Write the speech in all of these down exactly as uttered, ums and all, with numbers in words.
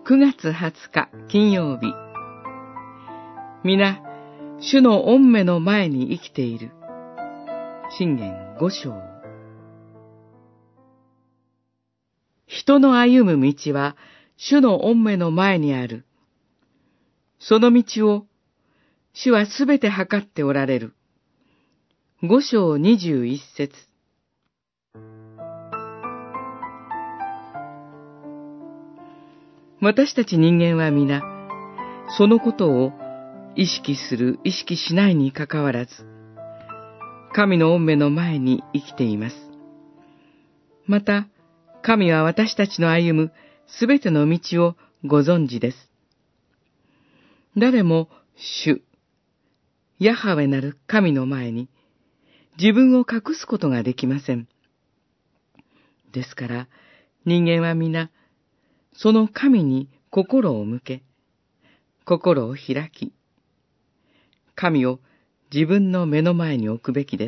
くがつはつか金曜日。皆、主の御目の前に生きている。箴言ご章。人の歩む道は主の御目の前にある。その道を主はすべて測っておられる。ご章にじゅういっ節。私たち人間は皆、そのことを意識する、意識しないにかかわらず、神の御目の前に生きています。また、神は私たちの歩むすべての道をご存知です。誰も主、ヤハウェなる神の前に自分を隠すことができません。ですから、人間は皆、その神に心を向け、心を開き、神を自分の目の前に置くべきです。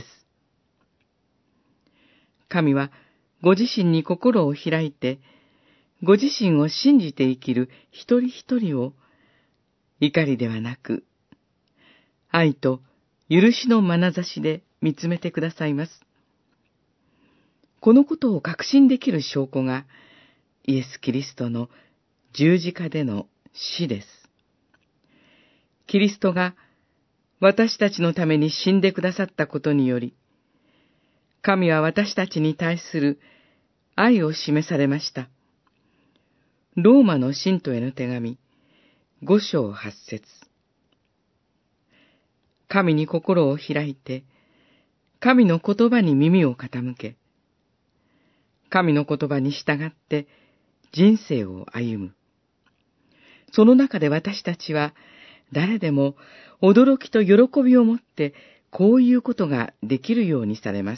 神はご自身に心を開いて、ご自身を信じて生きる一人一人を、怒りではなく、愛と許しの眼差しで見つめてくださいます。このことを確信できる証拠が、イエス・キリストの十字架での死です。キリストが私たちのために死んでくださったことにより、神は私たちに対する愛を示されました。ローマの信徒への手紙、ご章はち節。神に心を開いて、神の言葉に耳を傾け、神の言葉に従って人生を歩む。その中で私たちは誰でも驚きと喜びを持ってこういうことができるようにされます。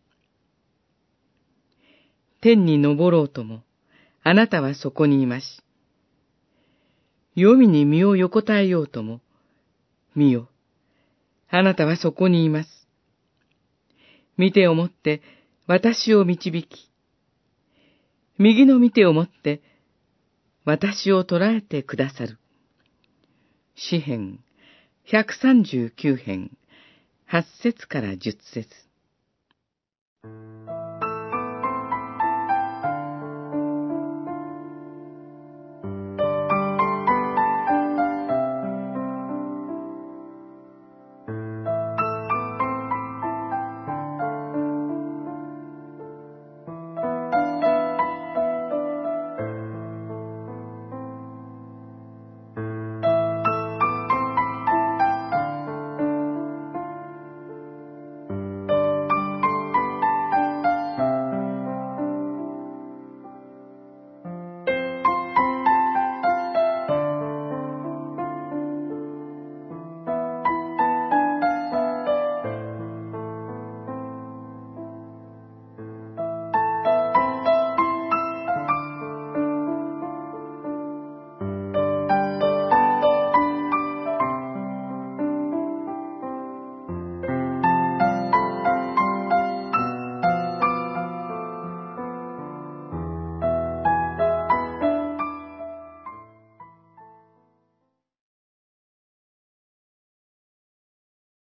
天に昇ろうとも、あなたはそこにいまし。黄泉に身を横たえようとも、見よ、あなたはそこにいます。御手を持って私を導き、右の御手を持って私を捕らえてくださる。詩編ひゃくさんじゅうきゅう編はち節からじゅっ節。